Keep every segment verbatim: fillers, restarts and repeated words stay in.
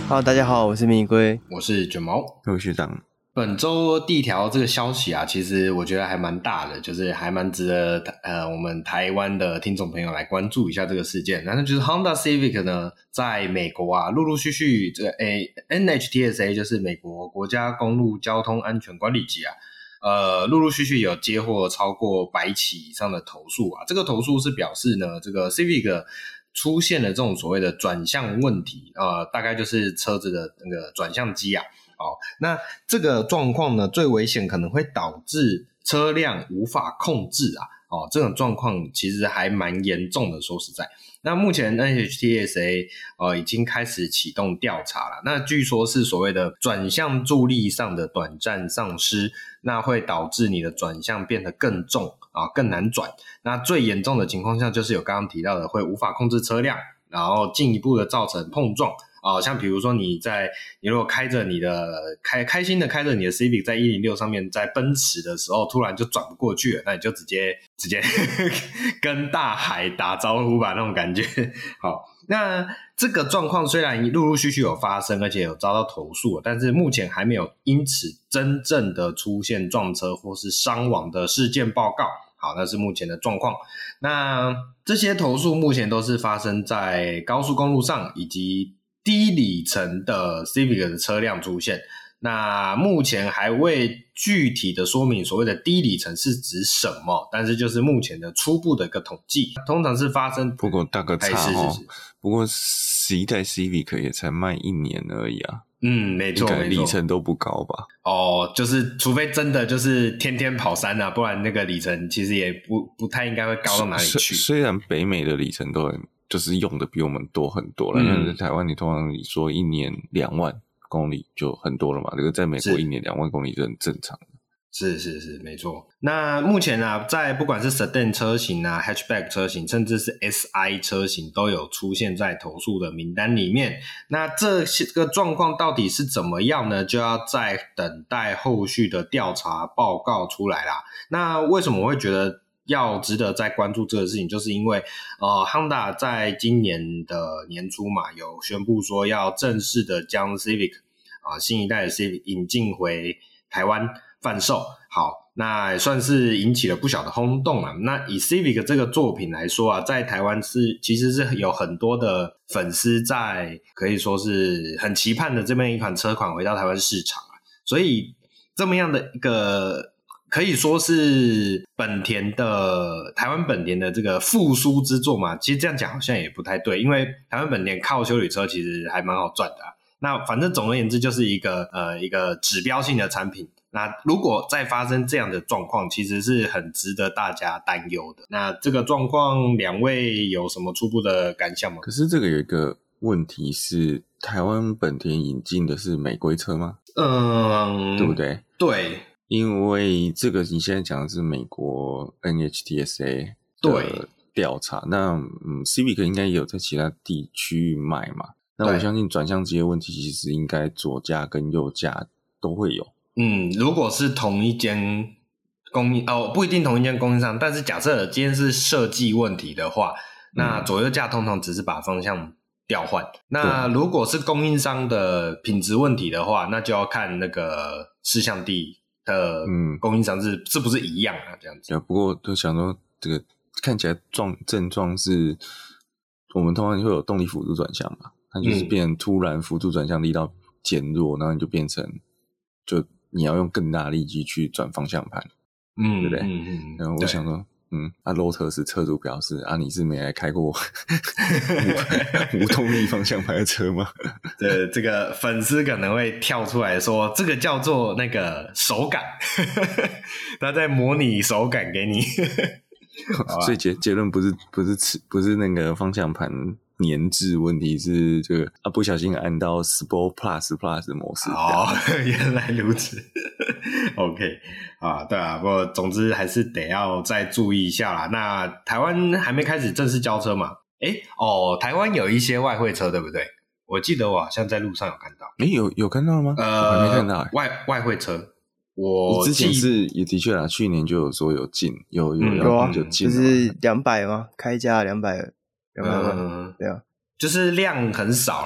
Hello， 大家好，我是蜜龟， 我是卷毛， 我是学长。 本周地条这个消息啊，其实我觉得还蛮大的，就是还蛮值得呃我们台湾的听众朋友来关注一下这个事件。那就是 Honda Civic 呢，在美国啊，陆陆续续这个诶 N H T S A 就是美国国家公路交通安全管理局啊，呃，陆陆续续有接获超过百起以上的投诉啊。这个投诉是表示呢，这个 Civic 出现了这种所谓的转向问题，呃，大概就是车子的那个转向机啊。哦，那这个状况呢，最危险可能会导致车辆无法控制啊。哦，这种状况其实还蛮严重的，说实在。那目前 N H T S A 呃已经开始启动调查了。那据说是所谓的转向助力上的短暂丧失，那会导致你的转向变得更重啊，更难转。那最严重的情况下，就是有刚刚提到的会无法控制车辆，然后进一步的造成碰撞。哦，像比如说你在你如果开着你的开开心的开着你的 Civic 在一零六上面在奔驰的时候，突然就转不过去了，那你就直接直接跟大海打招呼吧，那种感觉。好，那这个状况虽然陆陆续续有发生，而且有遭到投诉，但是目前还没有因此真正的出现撞车或是伤亡的事件报告。好，那是目前的状况。那这些投诉目前都是发生在高速公路上以及低里程的 Civic 的车辆出现，那目前还未具体的说明所谓的低里程是指什么，但是就是目前的初步的一个统计，通常是发生。 不过大个差哦，是是是不过十一代 Civic 也才卖一年而已啊。 嗯，没错， 应该里程都不高吧？ 哦，就是除非真的就是天天跑山啊，不然那个里程其实也不不太应该会高到哪里去。 虽然北美的里程都很就是用的比我们多很多了，因为在台湾你通常你说一年两万公里就很多了嘛，这个在美国一年两万公里是很正常的。 是是是，没错。那目前啊，在不管是 Sedan 车型啊 Hatchback 车型甚至是 S I 车型都有出现在投诉的名单里面。那这个状况到底是怎么样呢，就要再等待后续的调查报告出来啦。那为什么我会觉得要值得再关注这个事情，就是因为呃 Honda 在今年的年初嘛，有宣布说要正式的将 Civic 啊、呃、新一代的 Civic 引进回台湾贩售。好，那也算是引起了不小的轰动啊。那以 Civic 这个作品来说啊，在台湾是其实是有很多的粉丝在可以说是很期盼的这边一款车款回到台湾市场啊。所以这么样的一个可以说是本田的台湾本田的这个复苏之作嘛，其实这样讲好像也不太对，因为台湾本田靠休旅车其实还蛮好赚的啊。那反正总而言之就是一个呃一个指标性的产品。那如果再发生这样的状况，其实是很值得大家担忧的。那这个状况两位有什么初步的感想吗？ 可是这个有一个问题是，台湾本田引进的是美规车吗？ 嗯， 对不对？ 对， 因为这个你现在讲的是美国 N H T S A 的调查，那嗯 Civic 应该也有在其他地区卖嘛。那我相信转向机的问题其实应该左驾跟右驾都会有。 嗯，如果是同一间供应哦，不一定同一间供应商，但是假设今天是设计问题的话，那左右驾通常只是把方向调换。嗯、那如果是供应商的品质问题的话，那就要看那个试向地的供应商是、嗯、是不是一样啊？这样子。 对，不过都想说这个看起来状症状是，我们通常会有动力辅助转向嘛，它就是变成突然辅助转向力道减弱，然后你就变成就。你要用更大力气去转方向盘，嗯，对不对？嗯嗯。然后我想说，嗯，啊 ，Lotus 车主表示啊，你是没来开过无, 无动力方向盘的车吗？ 对，这个粉丝可能会跳出来说，这个叫做那个手感，他在模拟手感给你。 所以结结论不是不是不是那个方向盘粘滞问题，是这个啊不小心按到 Sport Plus Plus 模式。 哦，原来如此。OK 啊，对啊，不过总之还是得要再注意一下啦。那台湾还没开始正式交车嘛？诶哦，台湾有一些外汇车，对不对？我记得我好像在路上有看到。 诶有有看到吗？呃，我还没看到、欸。 外外汇车。我之前是也的确啦，去年就有说有进，有有要就进、 嗯，就是两百吗？开价两百两百万， 嗯， 对啊， 就是量很少啦，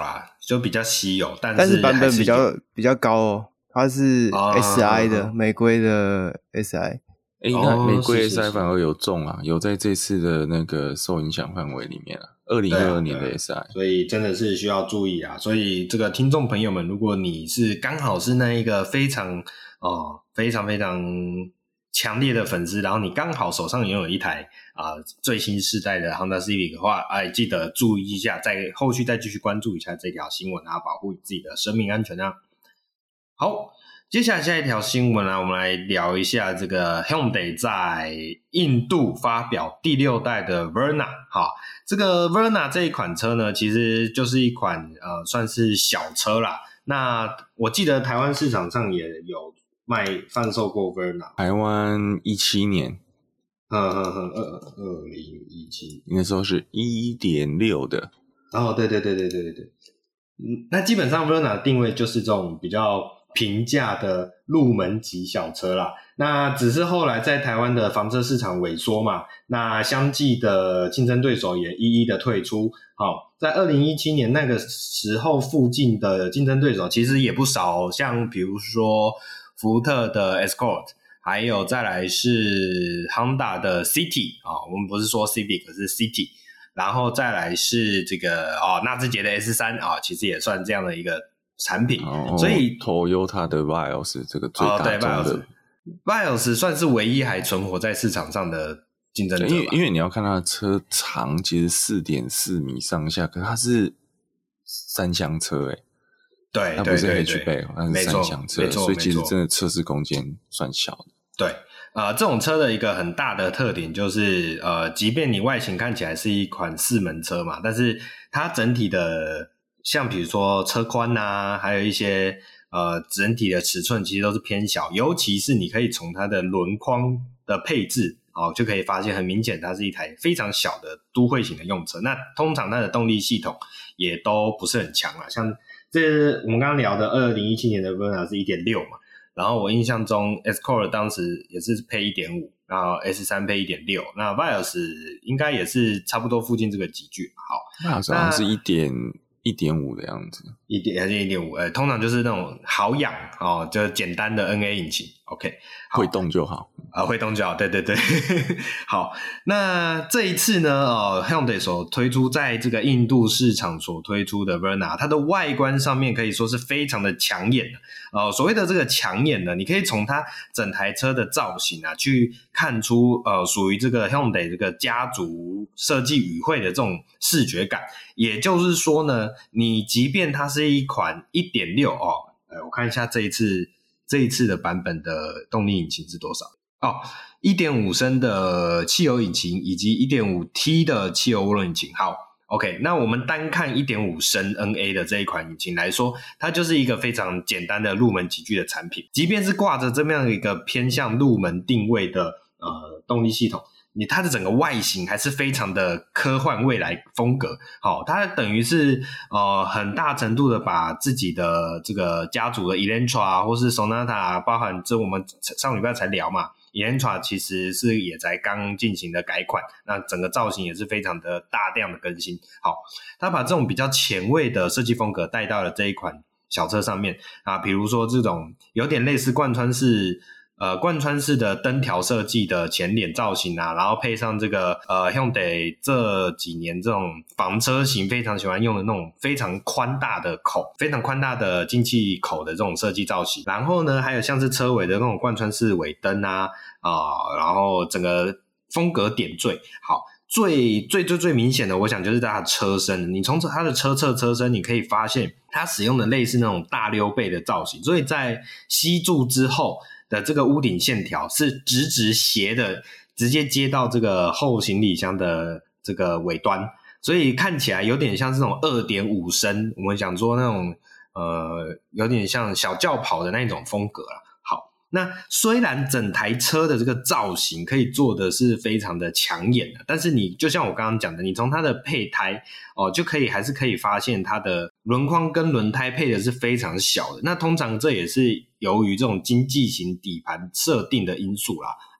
就比较稀有，但是但是版本比较比较高哦，它是 S I 的、 啊、 美规的 S I。 哎、欸，那玫瑰 S I 是是是反而有中啊，有在这次的那个受影响范围里面啊。二零二二年的 S I，、啊啊、 所以真的是需要注意啊。所以这个听众朋友们，如果你是刚好是那一个非常哦非常非常强烈的粉丝，然后你刚好手上拥有一台啊、呃、最新世代的 Honda Civic 的话，哎，记得注意一下，在后续再继续关注一下这条新闻啊，保护自己的生命安全啊。好。接下来下一条新闻啊，我们来聊一下这个 Hyundai 在印度发表第六代的 Verna。好，这个 Verna 这一款车呢，其实就是一款呃算是小车啦。那我记得台湾市场上也有卖贩售过 Verna。 台湾一七年， 嗯嗯嗯，二二零一七， 那时候是一点六的。 哦，对对对对对对对。嗯，那基本上 Verna 的定位就是这种比较平价的入门级小车啦，那只是后来在台湾的房车市场萎缩嘛，那相继的竞争对手也一一的退出。好，在二零一七年那个时候附近的竞争对手其实也不少，像比如说福特的 Escort， 还有再来是 Honda 的 City 啊、哦，我们不是说 Civic 是 City， 然后再来是这个哦纳智捷的 S 三 啊、哦，其实也算这样的一个产品， 哦、 所以 Toyota 的 Vios 这个最大宗的、哦、 Vios 算是唯一还存活在市场上的竞争者吧， 因为因为你要看它的车长其实 四点四米上下，可是它是三厢车诶， 对， 它不是 hatchback， 它是三厢车，所以其实真的测试空间算小的。 对，呃，这种车的一个很大的特点就是，呃，即便你外形看起来是一款四门车嘛，但是它整体的像比如说车宽啊，还有一些呃整体的尺寸其实都是偏小，尤其是你可以从它的轮框的配置哦，就可以发现很明显它是一台非常小的都会型的用车。那通常它的动力系统也都不是很强啦，像这我们刚刚聊的二零一七年的 Verna 是 一点六 嘛，然后我印象中 Escort 当时也是配 一点五， 然后 S 三 配 一点六， 那 Vios 应该也是差不多附近这个级距。好， Vios 好像是一点一点五的样子， 一点还是一点五，呃，通常就是那种好养哦，就简单的 N A 引擎 ，OK， 会动就好啊、呃，会动就好，对对对，好，那这一次呢，哦 Hyundai 所推出在这个印度市场所推出的 Verna， 它的外观上面可以说是非常的抢眼的，呃，所谓的这个抢眼呢，你可以从它整台车的造型啊，去看出呃属于这个 Hyundai 这个家族设计语汇的这种视觉感，也就是说呢。你即便它是一款 一点六 哦，呃，我看一下这一次这一次的版本的动力引擎是多少哦 ，一点五 升的汽油引擎以及 一点五 T 的汽油涡轮引擎。好 ，OK， 那我们单看 一点五 升 N A 的这一款引擎来说，它就是一个非常简单的入门级距的产品，即便是挂着这么样一个偏向入门定位的呃动力系统。你它的整个外形还是非常的科幻未来风格，好、哦，它等于是呃很大程度的把自己的这个家族的 Elantra 或是 Sonata， 包含这我们上礼拜才聊嘛 ，Elantra 其实是也在刚进行的改款，那整个造型也是非常的大量的更新，好，它把这种比较前卫的设计风格带到了这一款小车上面啊，比如说这种有点类似贯穿式。呃，贯穿式的灯条设计的前脸造型啊，然后配上这个呃 Hyundai 这几年这种房车型非常喜欢用的那种非常宽大的口，非常宽大的进气口的这种设计造型。然后呢，还有像是车尾的那种贯穿式尾灯啊，啊、呃，然后整个风格点缀。好，最最最最明显的，我想就是它的车身。你从它的车侧车身，你可以发现它使用的类似那种大溜背的造型，所以在吸柱之后。的这个屋顶线条是直直斜的，直接接到这个后行李箱的这个尾端，所以看起来有点像这种 二点五 升，我们讲说那种呃有点像小轿跑的那种风格啦。好，那虽然整台车的这个造型可以做的是非常的抢眼的，但是你就像我刚刚讲的，你从它的配胎哦就可以还是可以发现它的轮框跟轮胎配的是非常小的，那通常这也是由于这种经济型底盘设定的因素啦，哦，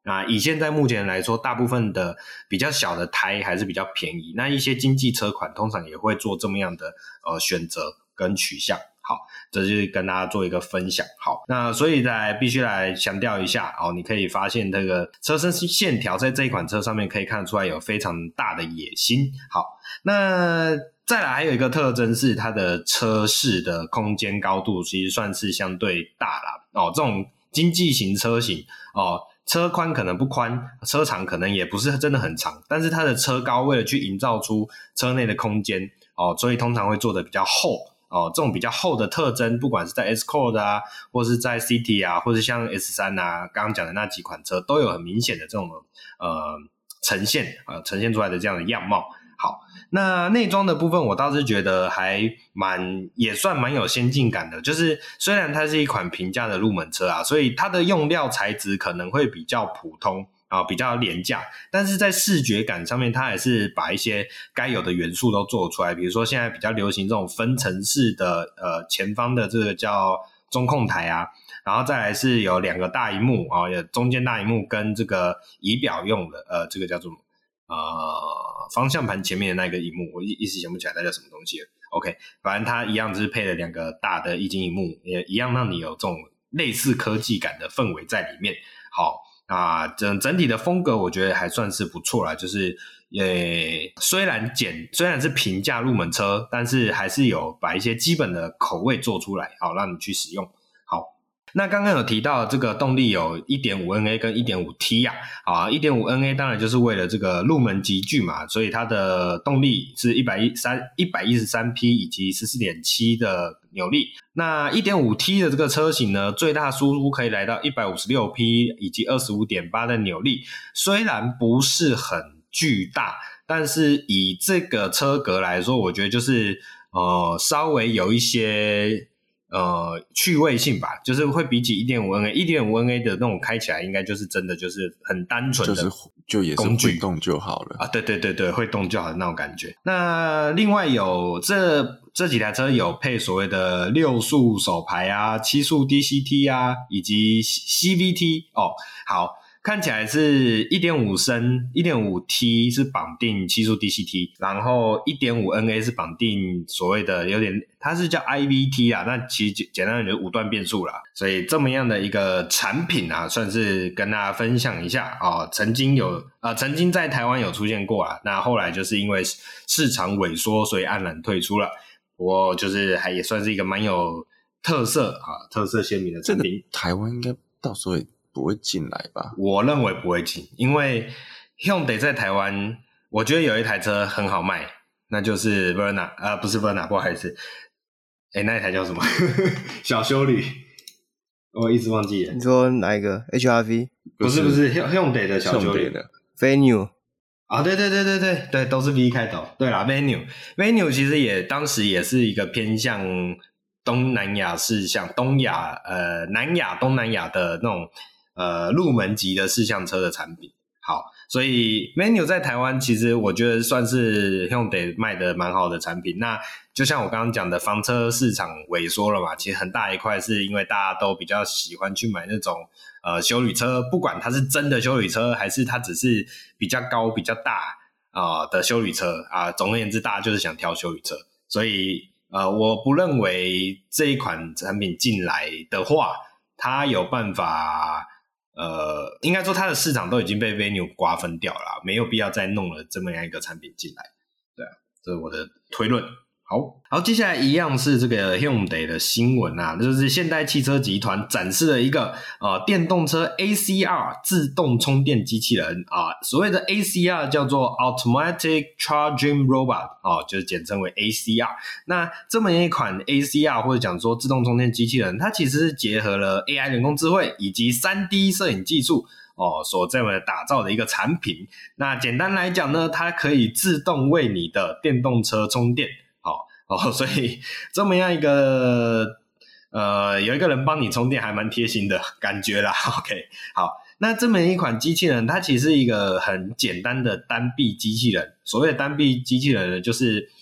那以现在目前来说，大部分的比较小的胎还是比较便宜，那一些经济车款通常也会做这么样的呃选择跟取向。好，这就是跟大家做一个分享。好，那所以来必须来强调一下哦，你可以发现这个车身线条在这一款车上面可以看得出来有非常大的野心。好，那再来还有一个特征是它的车室的空间高度其实算是相对大啦。哦，这种经济型车型哦，车宽可能不宽，车长可能也不是真的很长，但是它的车高为了去营造出车内的空间哦，所以通常会做的比较厚。哦，这种比较厚的特征，不管是在 Escort 啊，或是在 City 啊，或是像 S 三 啊，刚刚讲的那几款车，都有很明显的这种呃呈现呃呈现出来的这样的样貌。好，那内装的部分，我倒是觉得还蛮也算蛮有先进感的。就是虽然它是一款平价的入门车啊，所以它的用料材质可能会比较普通。啊，比较廉价，但是在视觉感上面，它还是把一些该有的元素都做出来。比如说现在比较流行这种分层式的，呃，前方的这个叫中控台啊，然后再来是有两个大萤幕啊，有中间大萤幕跟这个仪表用的，呃，这个叫做呃方向盘前面的那个萤幕，我一时想不起来它叫什么东西了。OK， 反正它一样就是配了两个大的液晶萤幕，也一样让你有这种类似科技感的氛围在里面。好。啊，整整体的风格我觉得还算是不错啦，就是也虽然简虽然是平价入门车，但是还是有把一些基本的口味做出来，好让你去使用。好，那刚刚有提到这个动力有 一点五 N A 跟 一点五 T 啊，啊 一点五 N A 当然就是为了这个入门级距嘛，所以它的动力是一百一十三匹以及 十四点七 的扭力。那 一点五 T 的这个车型呢，最大输出可以来到一百五十六匹以及 二十五点八 的扭力，虽然不是很巨大，但是以这个车格来说，我觉得就是呃稍微有一些呃趣味性吧，就是会比起 一点五 N A 一点五 N A 的那种开起来应该就是真的就是很单纯的就是就也是会动就好了啊，对对对对，会动就好的那种感觉。那另外有这这几台车有配所谓的六速手排啊、七速 D C T 啊，以及 C V T 哦。好，看起来是 一点五 升 一点五 T 是绑定七速 D C T， 然后 一点五 N A 是绑定所谓的有点它是叫 I V T 啦，那其实简单的就是五段变速啦。所以这么样的一个产品啊，算是跟大家分享一下啊、哦，曾经有呃曾经在台湾有出现过啦，那后来就是因为市场萎缩，所以黯然退出了。不过就是还也算是一个蛮有特色啊，特色鲜明的产品。 这个台湾应该到时候也不会进来吧？ 我认为不会进，因为 Hyundai 在台湾，我觉得有一台车很好卖，那就是 Verna， 呃，不是 Verna， 不好意思，哎，那一台叫什么？小休旅，我一直忘记了。 你说哪一个 H R V？ 不是不是 Hyundai 的小休旅的 Venue。 啊，对对对对对对，都是 V 开头。对啦 ，Venue Venue 其实也当时也是一个偏向东南亚市向东亚呃南亚东南亚的那种呃入门级的四厢车的产品。好，所以 Venue 在台湾其实我觉得算是 Hyundai 卖的蛮好的产品。那就像我刚刚讲的，房车市场萎缩了嘛，其实很大一块是因为大家都比较喜欢去买那种呃休旅车，不管它是真的休旅车还是它只是比较高比较大啊、呃、的休旅车啊、呃，总而言之大家就是想挑休旅车。所以呃我不认为这一款产品进来的话，它有办法呃应该说它的市场都已经被 Venue 瓜分掉了，没有必要再弄了这么样一个产品进来。对啊，这是我的推论。好，好，接下来一样是这个 Hyundai 的新闻啊，就是现代汽车集团展示了一个呃电动车 A C R 自动充电机器人啊，所谓的 A C R 叫做 Automatic Charging Robot 啊，就是简称为 A C R。那这么一款 A C R 或者讲说自动充电机器人，它其实是结合了 A I 人工智慧以及 三 D 摄影技术哦，所这么打造的一个产品。那简单来讲呢，它可以自动为你的电动车充电。哦，所以这么样一个呃，有一个人帮你充电，还蛮贴心的感觉啦。OK， 好，那这么一款机器人，它其实是一个很简单的单臂机器人。所谓的单臂机器人呢，就是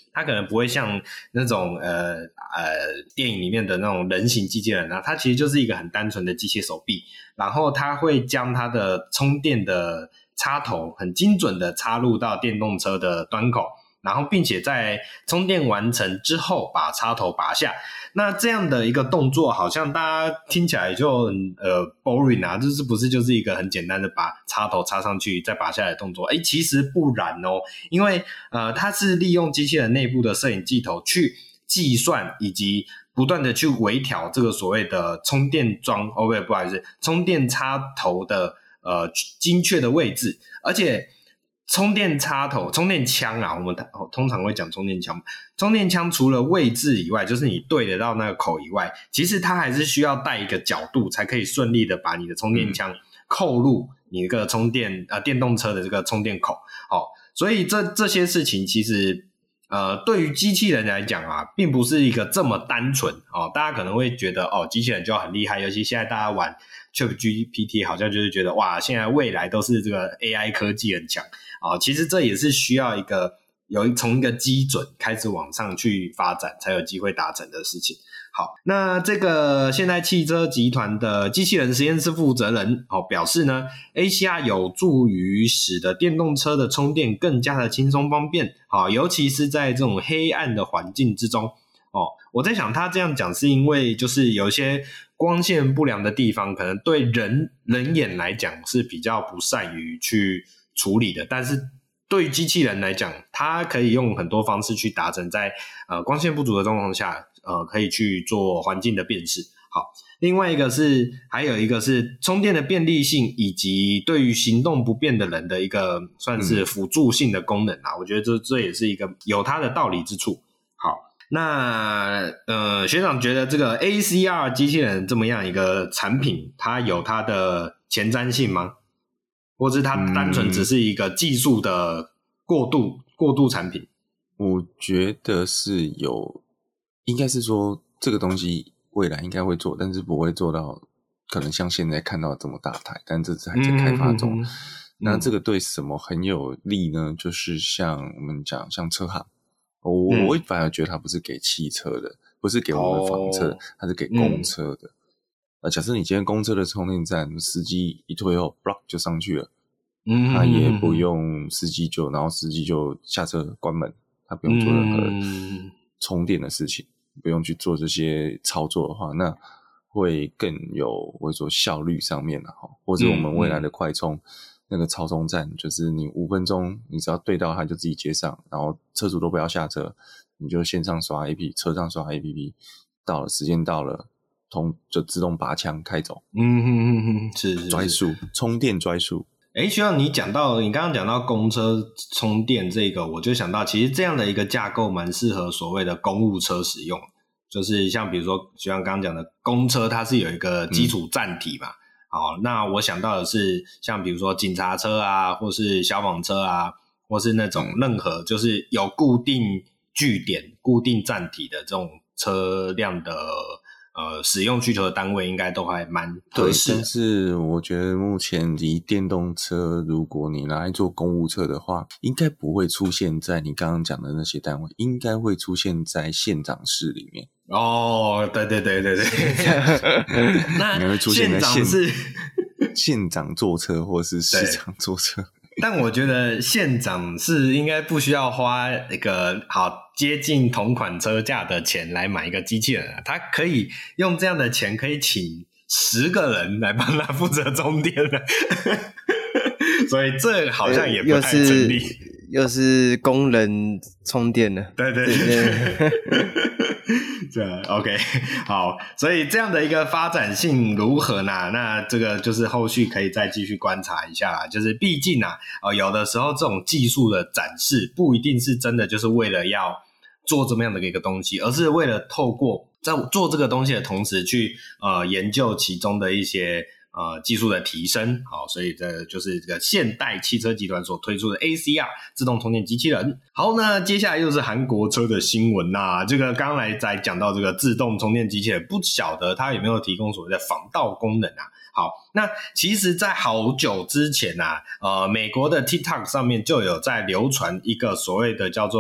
它可能不会像那种呃呃电影里面的那种人形机器人啊，它其实就是一个很单纯的机械手臂，然后它会将它的充电的插头很精准的插入到电动车的端口，然后并且在充电完成之后把插头拔下。那这样的一个动作好像大家听起来就很呃 boring 啊，就是不是就是一个很简单的把插头插上去再拔下来的动作。诶其实不然哦，因为呃它是利用机器人内部的摄影镜头去计算以及不断的去微调这个所谓的充电桩哦不不好意思充电插头的呃精确的位置，而且充电插头充电枪啊我们通常会讲充电枪，充电枪除了位置以外，就是你对得到那个口以外，其实它还是需要带一个角度才可以顺利的把你的充电枪扣入你这个充电呃电动车的这个充电口哦，所以这这些事情其实呃对于机器人来讲啊并不是一个这么单纯哦，大家可能会觉得哦机器人就很厉害，尤其现在大家玩 ChatGPT 好像就是觉得哇现在未来都是这个 A I 科技很强啊、哦，其实这也是需要一个有从一个基准开始往上去发展才有机会达成的事情。好，那这个现代汽车集团的机器人实验室负责人、哦、表示呢 A C R 有助于使得电动车的充电更加的轻松方便、哦、尤其是在这种黑暗的环境之中哦，我在想他这样讲是因为就是有一些光线不良的地方可能对人人眼来讲是比较不善于去处理的，但是对于机器人来讲它可以用很多方式去达成在呃光线不足的状况下呃可以去做环境的辨识。好，另外一个是还有一个是充电的便利性以及对于行动不便的人的一个算是辅助性的功能啊、嗯、我觉得这这也是一个有它的道理之处。好，那呃学长觉得这个 A C R 机器人这么样一个产品它有它的前瞻性吗？或是它单纯只是一个技术的过渡、嗯、过渡产品？ 我觉得是有，应该是说这个东西未来应该会做，但是不会做到可能像现在看到这么大台，但这是还在开发中、嗯、那这个对什么很有利呢？就是像我们讲像车行，我、嗯、我反而觉得它不是给汽车的，不是给我们房车、哦、它是给公车的、嗯呃，假设你今天公车的充电站司机一退后 block 就上去了，嗯，他也不用司机就然后司机就下车关门，他不用做任何充电的事情、嗯、不用去做这些操作的话，那会更有或者说效率上面啦，或者我们未来的快充、嗯、那个超充站就是你五分钟你只要对到它就自己接上，然后车主都不要下车，你就线上刷 A P P 车上刷 A P P， 到了时间到了通就自动拔枪开走。 嗯哼哼哼，是是是， 拽数充电拽数。 诶学长你讲到你刚刚讲到公车充电这个，我就想到其实这样的一个架构蛮适合所谓的公务车使用，就是像比如说就像刚刚讲的公车它是有一个基础站体嘛、嗯、好，那我想到的是像比如说警察车啊或是消防车啊或是那种任何就是有固定据点固定站体的这种车辆的呃，使用需求的单位应该都还蛮合适的。 但是我觉得目前以电动车，如果你拿来做公务车的话，应该不会出现在你刚刚讲的那些单位，应该会出现在县长室里面。 哦，对对对对对，那应该会出现在县县长是县长坐车或是市长坐车。 但我觉得县长是应该不需要花一个好接近同款车价的钱来买一个机器人啊，他可以用这样的钱可以请十个人来帮他负责充电的所以这好像也不太成立， 又是工人充电了。 对对对对对OK 好，所以这样的一个发展性如何呢？那这个就是后续可以再继续观察一下啦，就是毕竟啊、呃、有的时候这种技术的展示不一定是真的就是为了要做这么样的一个东西，而是为了透过在做这个东西的同时去呃研究其中的一些呃技术的提升。好，所以这就是这个现代汽车集团所推出的 A C R 自动充电机器人。好，那接下来又是韩国车的新闻啦、啊、这个刚才在讲到这个自动充电机器人，不晓得它有没有提供所谓的防盗功能啊。好，那其实在好久之前啊呃美国的 TikTok 上面就有在流传一个所谓的叫做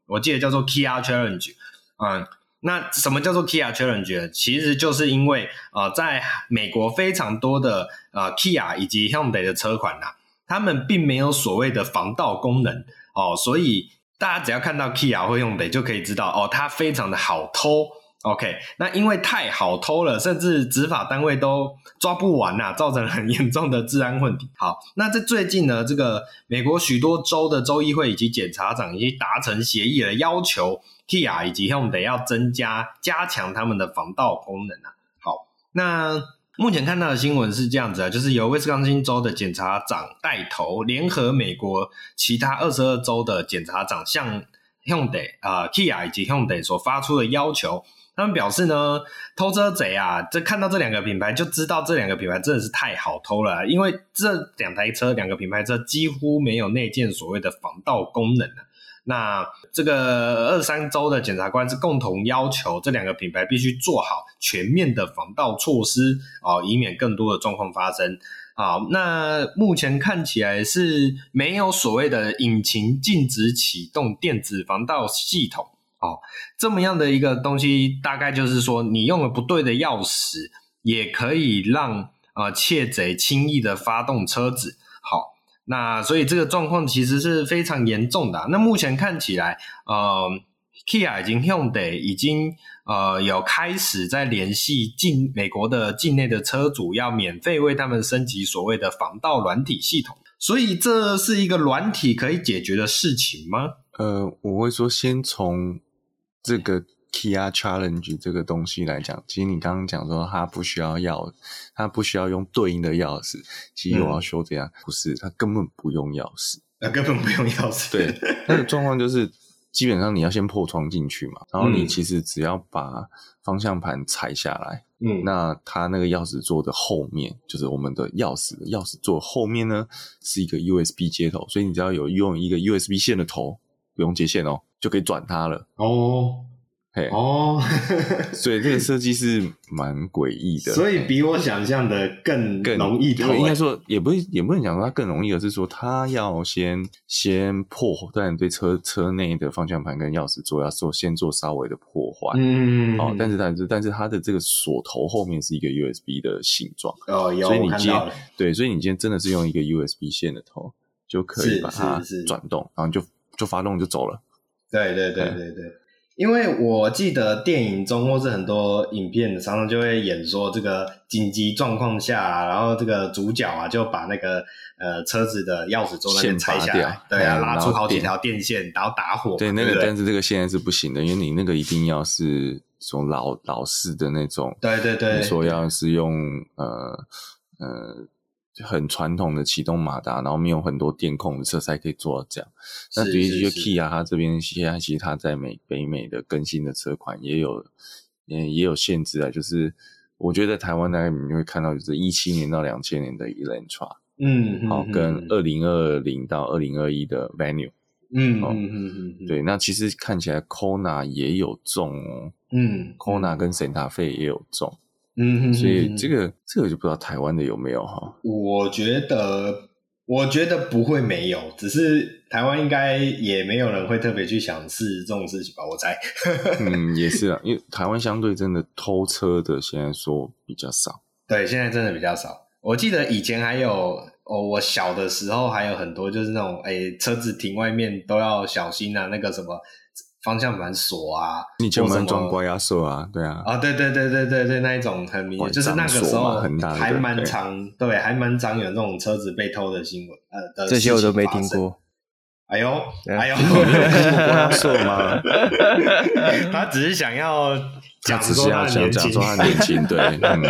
我记得叫做 Kia Challenge。嗯，那什么叫做 Kia Challenge？ 其实就是因为呃，在美国非常多的呃 Kia 以及 Hyundai 的车款啊，他们并没有所谓的防盗功能哦，所以大家只要看到 Kia 或 Hyundai 就可以知道哦，它非常的好偷。OK， 那因为太好偷了，甚至执法单位都抓不完啊，造成了很严重的治安问题。好，那在最近呢，这个美国许多州的州议会以及检察长已经达成协议了，要求 Kia 以及 Hyundai 要增加加强他们的防盗功能啊。好，那目前看到的新闻是这样子啊，就是由威斯康星州的检察长带头，联合美国其他二十二州的检察长向 Hyundai 呃 Kia 以及 Hyundai 所发出的要求。他们表示呢，偷车贼啊，这看到这两个品牌就知道这两个品牌真的是太好偷了啊，因为这两台车两个品牌车几乎没有内建所谓的防盗功能啊。那这个二十三州的检察官是共同要求这两个品牌必须做好全面的防盗措施啊，以免更多的状况发生。好，那目前看起来是没有所谓的引擎禁止启动电子防盗系统。哦，这么样的一个东西，大概就是说，你用了不对的钥匙，也可以让呃窃贼轻易的发动车子。好，那所以这个状况其实是非常严重的啊。那目前看起来，呃 ，Kia 已经 Hyundai 已经呃有开始在联系境美国的境内的车主，要免费为他们升级所谓的防盗软体系统。所以这是一个软体可以解决的事情吗？ 呃，我会说先从这个 Kia Challenge 这个东西来讲，其实你刚刚讲说它不需要钥，它不需要用对应的钥匙，其实我要说这样、嗯、不是，它根本不用钥匙， 呃，根本不用钥匙。 对，那个状况就是基本上你要先破窗进去嘛，然后你其实只要把方向盘踩下来，嗯，那它那个钥匙座的后面，就是我们的钥匙的钥匙座后面呢是一个 U S B 接头，所以你只要有用一个 U S B 线的头，不用接线哦，就可以转它了。 哦， 嘿， 哦， 所以这个设计是蛮诡异的， 所以比我想象的更更容易偷。 应该说也不也不能讲说它更容易，而是说它要先先破，当然对车车内的方向盘跟钥匙座要做先做稍微的破坏，嗯，哦，但是但是但是它的这个锁头后面是一个 U S B 的形状， 哦，有， 所以你今天对，所以你今天真的是用一个 U S B 线的头就可以把它转动，然后就就发动就走了。 对对对对对。因为我记得电影中或是很多影片常常就会演说这个紧急状况下、啊、然后这个主角啊就把那个呃车子的钥匙座那边拆下来，对啊，拉出好几条电线然后打火， 对，那个对对，但是这个现在是不行的，因为你那个一定要是这种老老式的那种， 对对对， 你说要是用呃呃很传统的启动马达，然后没有很多电控的车才可以做到这样。那的确 Kia 它这边现在其实它在美北美的更新的车款也有也也有限制啊，就是我觉得在台湾大概你会看到就是一七年到两千年的 Elantra， 嗯，好，跟二零二零到二零二一的 Venue， 嗯嗯嗯嗯，对，那其实看起来 Kona 也有中哦，嗯 ，Kona 跟 Santa Fe 也有中。嗯哼，所以这个这个就不知道台湾的有没有哈？ 我觉得我觉得不会没有，只是台湾应该也没有人会特别去想试这种事情吧，我猜。 嗯，也是啊，因为台湾相对真的偷车的现在说比较少。 对，现在真的比较少。我记得以前还有哦，我小的时候还有很多就是那种诶车子停外面都要小心啊，那个什么方向盘锁啊， 你前面装刮压锁啊，对啊， 啊、哦，对对对对对对，那一种很明显，就是那个时候还蛮常，对，还蛮常有那种车子被偷的新闻，呃，的这些我都没听过。 哎呦，哎呦， 你有看过刮压锁吗？ 他只是想要讲说他年轻，讲说他年轻，对。嗯、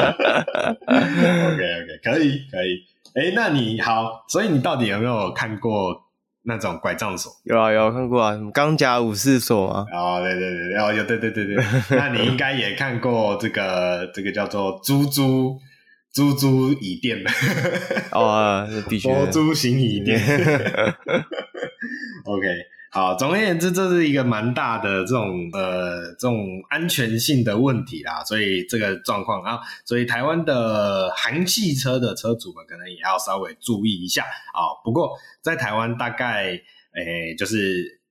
OK OK， 可以可以。哎，那你好，所以你到底有没有看过那种拐杖锁？ 有啊有啊，看过啊，什么钢夹武士锁吗？ 哦，对对对，哦有，对对对对。那你应该也看过这个这个叫做猪猪猪猪椅垫吧？ 哦啊，必须佛珠型椅垫。OK， 好，总而言之，这是一个蛮大的这种呃这种安全性的问题啦，所以这个状况啊，所以台湾的韩系车的车主们可能也要稍微注意一下啊。不过在台湾大概诶就是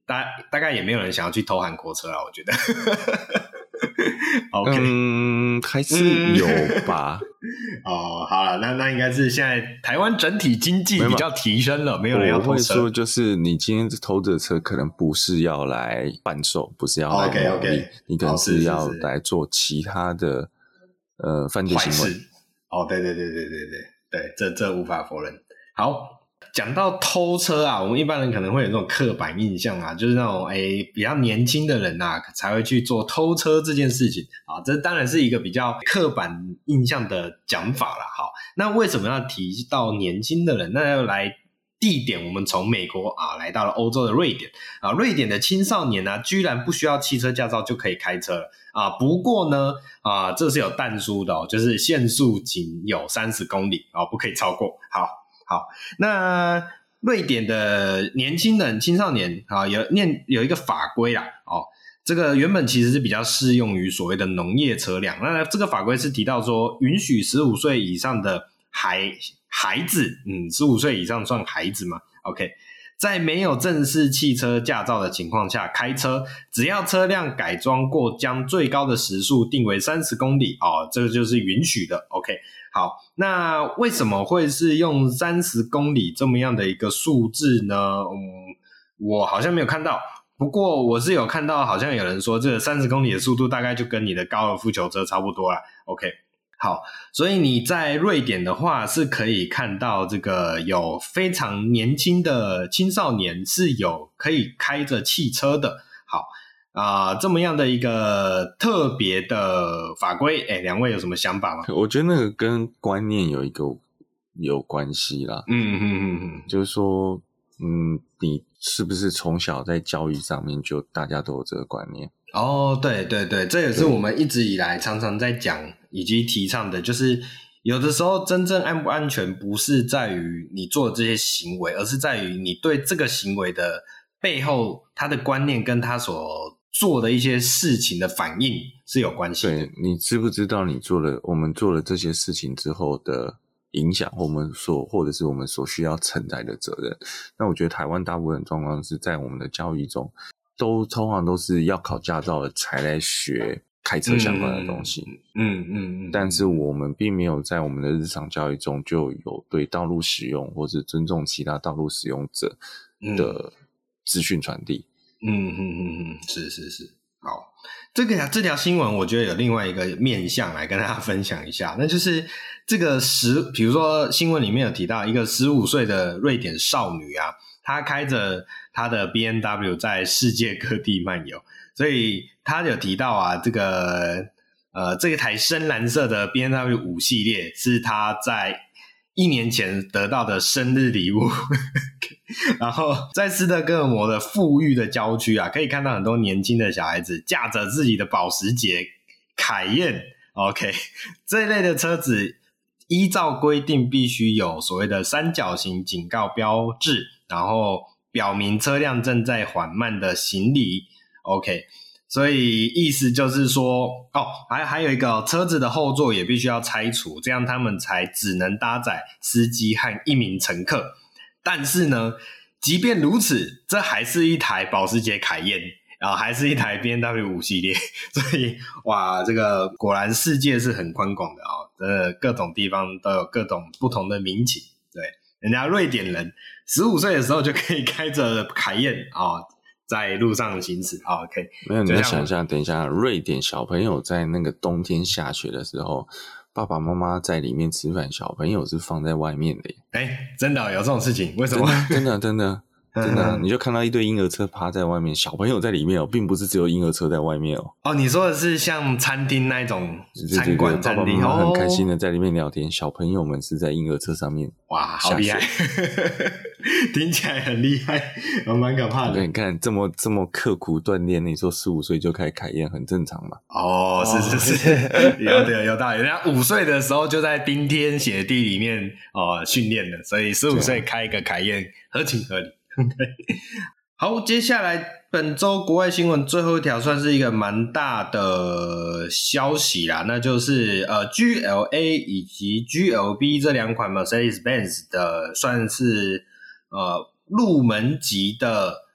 大大概也没有人想要去偷韩国车啦，我觉得。OK， 嗯，还是有吧。 嗯、哦，好了，那那应该是现在台湾整体经济比较提升了，没有人要偷车。 我会说，就是你今天偷的车，可能不是要来贩售，不是要来牟利， OK OK， 你可能是要来做其他的呃犯罪行为。 哦，对对对对对对对，这这无法否认。好。讲到偷车啊，我们一般人可能会有这种刻板印象啊，就是那种诶比较年轻的人啊才会去做偷车这件事情啊，这当然是一个比较刻板印象的讲法啦。好，那为什么要提到年轻的人？那要来地点，我们从美国啊来到了欧洲的瑞典啊，瑞典的青少年啊居然不需要汽车驾照就可以开车了啊，不过呢啊这是有但书的哦，就是限速仅有三十公里啊，不可以超过。好。好，那瑞典的年轻人、青少年啊，有念有一个法规啦，哦，这个原本其实是比较适用于所谓的农业车辆。那这个法规是提到说，允许十五岁以上的孩孩子，嗯，十五岁以上算孩子嘛 ？OK， 在没有正式汽车驾照的情况下开车，只要车辆改装过，将最高的时速定为三十公里，哦，这个就是允许的。OK。好，那为什么会是用三十公里这么样的一个数字呢？嗯，我好像没有看到，不过我是有看到好像有人说这个三十公里的速度大概就跟你的高尔夫球车差不多啦。 OK， 好，所以你在瑞典的话是可以看到这个有非常年轻的青少年是有可以开着汽车的。好啊、呃，这么样的一个特别的法规，哎，两位有什么想法吗？ 我觉得那个跟观念有一个有关系啦。 嗯嗯嗯嗯， 就是说，嗯，你是不是从小在教育上面就大家都有这个观念？ 哦，对对对，这也是我们一直以来常常在讲以及提倡的，就是有的时候真正安不安全不是在于你做的这些行为，而是在于你对这个行为的背后他的观念跟他所做的一些事情的反应是有关系的。 对，你知不知道你做了我们做了这些事情之后的影响，我们所或者是我们所需要承载的责任？那我觉得台湾大部分状况是在我们的教育中，都通常都是要考驾照的才来学开车相关的东西。 嗯嗯 嗯, 嗯， 但是我们并没有在我们的日常教育中就有对道路使用或是尊重其他道路使用者的资讯传递。 嗯嗯嗯嗯，是是是。好，这个这条新闻我觉得有另外一个面向来跟大家分享一下，那就是这个十，比如说新闻里面有提到一个十五岁的瑞典少女啊，她开着她的 B M W 在世界各地漫游，所以她有提到啊，这个呃这一台深蓝色的 B M W 五系列是她在一年前得到的生日礼物。然后在斯德哥尔摩的富裕的郊区啊，可以看到很多年轻的小孩子驾着自己的保时捷、凯宴 OK 这一类的车子，依照规定必须有所谓的三角形警告标志，然后表明车辆正在缓慢的行离 OK， 所以意思就是说哦，还还有一个车子的后座也必须要拆除，这样他们才只能搭载司机和一名乘客。但是呢，即便如此，这还是一台保时捷凯宴，然后还是一台 B M W 五系列，所以哇，这个果然世界是很宽广的哦，真的各种地方都有各种不同的民情。对，人家瑞典人十五岁的时候就可以开着凯宴啊、哦，在路上行驶啊、哦、，OK。 没有，你要想一下，等一下，瑞典小朋友在那个冬天下雪的时候，爸爸妈妈在里面吃饭，小朋友是放在外面的耶。 哎，真的、哦、有这种事情？为什么？ 真的真的真的、啊，你就看到一堆婴儿车趴在外面，小朋友在里面哦，并不是只有婴儿车在外面哦。 哦，你说的是像餐厅那种餐馆餐厅， 对对对，爸爸妈妈很开心的在里面聊天，哦、小朋友们是在婴儿车上面。 哇，好厉害！听起来很厉害，蛮可怕的。 你看这么这么刻苦锻炼，你说十五岁就开始凯宴，很正常嘛？ 哦，是是是，有的有道理。人家五岁的时候就在冰天雪地里面哦训练了，所以十五岁开一个凯宴合情合理。好，接下来本周国外新闻最后一条算是一个蛮大的消息啦，那就是呃 G L A 以及 G L B 这两款 Mercedes-Benz 的算是呃入门级的